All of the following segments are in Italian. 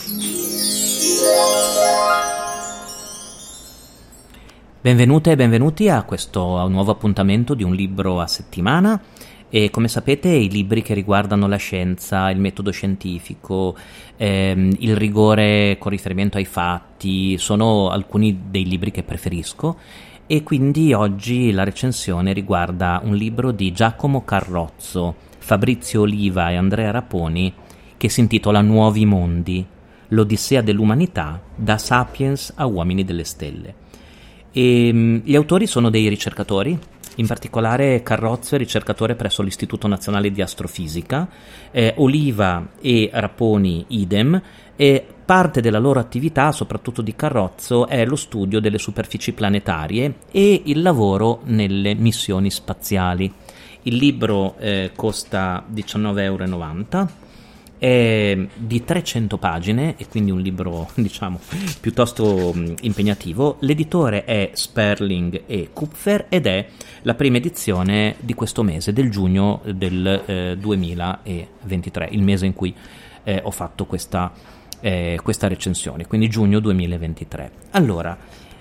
Benvenute e benvenuti a questo nuovo appuntamento di un libro a settimana. E come sapete, i libri che riguardano la scienza, il metodo scientifico, il rigore con riferimento ai fatti, sono alcuni dei libri che preferisco, e quindi oggi la recensione riguarda un libro di Giacomo Carrozzo, Fabrizio Oliva e Andrea Raponi, che si intitola Nuovi mondi, l'Odissea dell'umanità da Sapiens a Uomini delle Stelle. E gli autori sono dei ricercatori, in particolare Carrozzo è ricercatore presso l'Istituto Nazionale di Astrofisica, Oliva e Raponi idem, e parte della loro attività, soprattutto di Carrozzo, è lo studio delle superfici planetarie e il lavoro nelle missioni spaziali. Il libro costa €19,90, è di 300 pagine e quindi un libro, diciamo, piuttosto impegnativo. L'editore è Sperling e Kupfer ed è la prima edizione di questo mese, del giugno del 2023, il mese in cui ho fatto questa recensione, quindi giugno 2023. Allora,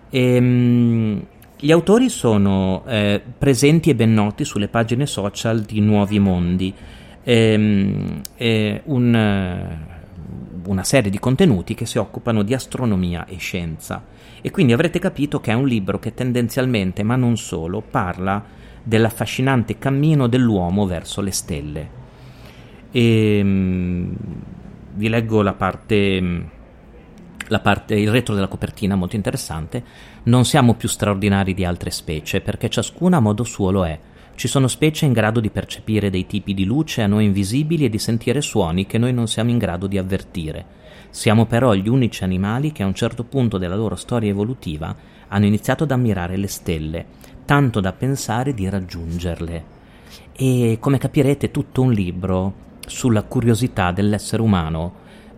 gli autori sono presenti e ben noti sulle pagine social di Nuovi Mondi, una serie di contenuti che si occupano di astronomia e scienza, e quindi avrete capito che è un libro che tendenzialmente, ma non solo, parla dell'affascinante cammino dell'uomo verso le stelle. Vi leggo il retro della copertina, molto interessante. Non siamo più straordinari di altre specie, perché ciascuna a modo suo lo è. Ci sono specie in grado di percepire dei tipi di luce a noi invisibili e di sentire suoni che noi non siamo in grado di avvertire. Siamo però gli unici animali che a un certo punto della loro storia evolutiva hanno iniziato ad ammirare le stelle, tanto da pensare di raggiungerle. E come capirete, tutto un libro sulla curiosità dell'essere umano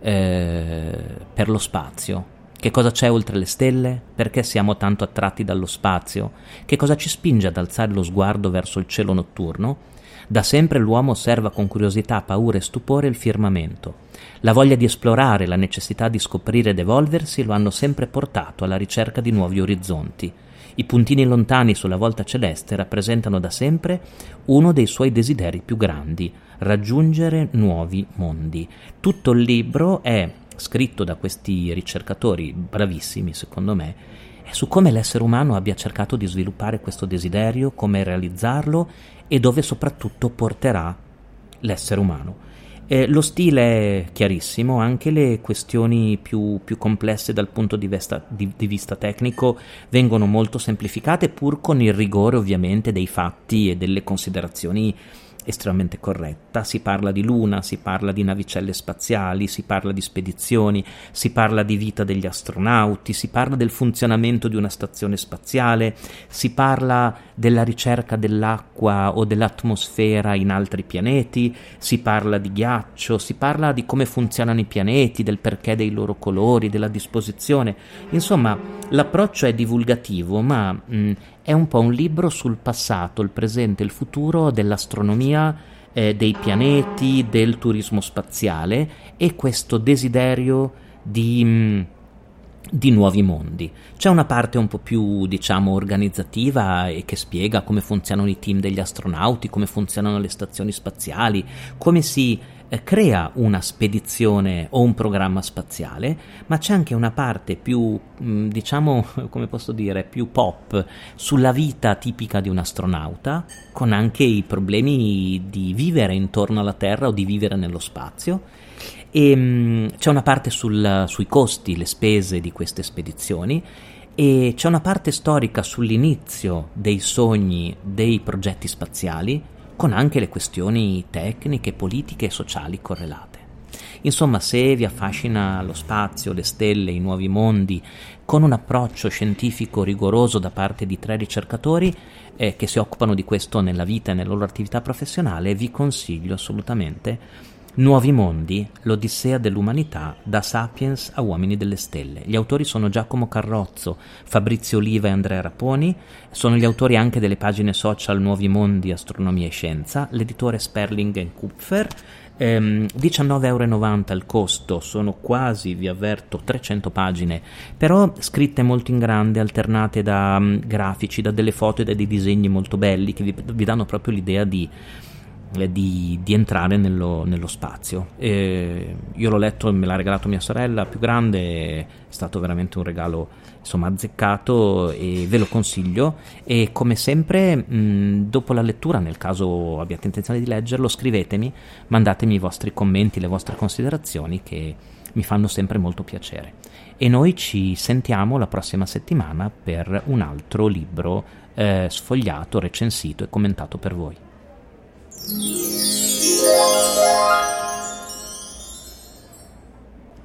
per lo spazio. Che cosa c'è oltre le stelle? Perché siamo tanto attratti dallo spazio? Che cosa ci spinge ad alzare lo sguardo verso il cielo notturno? Da sempre l'uomo osserva con curiosità, paura e stupore il firmamento. La voglia di esplorare, la necessità di scoprire ed evolversi lo hanno sempre portato alla ricerca di nuovi orizzonti. I puntini lontani sulla volta celeste rappresentano da sempre uno dei suoi desideri più grandi: raggiungere nuovi mondi. Tutto il libro è scritto da questi ricercatori bravissimi, secondo me, è su come l'essere umano abbia cercato di sviluppare questo desiderio, come realizzarlo e dove soprattutto porterà l'essere umano. Lo stile è chiarissimo, anche le questioni più complesse dal punto di vista tecnico vengono molto semplificate, pur con il rigore ovviamente dei fatti e delle considerazioni estremamente corretta. Si parla di luna, si parla di navicelle spaziali, si parla di spedizioni, si parla di vita degli astronauti, si parla del funzionamento di una stazione spaziale, si parla della ricerca dell'acqua o dell'atmosfera in altri pianeti, si parla di ghiaccio, si parla di come funzionano i pianeti, del perché dei loro colori, della disposizione. Insomma, l'approccio è divulgativo, ma è un po' un libro sul passato, il presente e il futuro dell'astronomia, dei pianeti, del turismo spaziale e questo desiderio di nuovi mondi. C'è una parte un po' più, diciamo, organizzativa e che spiega come funzionano i team degli astronauti, come funzionano le stazioni spaziali, come si crea una spedizione o un programma spaziale, ma c'è anche una parte più, diciamo, come posso dire, più pop sulla vita tipica di un astronauta, con anche i problemi di vivere intorno alla Terra o di vivere nello spazio. E c'è una parte sui costi, le spese di queste spedizioni, e c'è una parte storica sull'inizio dei sogni dei progetti spaziali, con anche le questioni tecniche, politiche e sociali correlate. Insomma, se vi affascina lo spazio, le stelle, i nuovi mondi, con un approccio scientifico rigoroso da parte di 3 ricercatori che si occupano di questo nella vita e nella loro attività professionale, vi consiglio assolutamente Nuovi mondi, l'Odissea dell'umanità da Sapiens a Uomini delle Stelle. Gli autori sono Giacomo Carrozzo, Fabrizio Oliva e Andrea Raponi, sono gli autori anche delle pagine social Nuovi Mondi, Astronomia e Scienza, l'editore Sperling e Kupfer, €19,90 il costo, sono quasi, vi avverto, 300 pagine, però scritte molto in grande, alternate da grafici, da delle foto e da dei disegni molto belli che vi danno proprio l'idea di entrare nello spazio. Io l'ho letto, me l'ha regalato mia sorella più grande, è stato veramente un regalo insomma azzeccato e ve lo consiglio. E come sempre, dopo la lettura, nel caso abbiate intenzione di leggerlo, scrivetemi, mandatemi i vostri commenti, le vostre considerazioni, che mi fanno sempre molto piacere. E noi ci sentiamo la prossima settimana per un altro libro sfogliato, recensito e commentato per voi.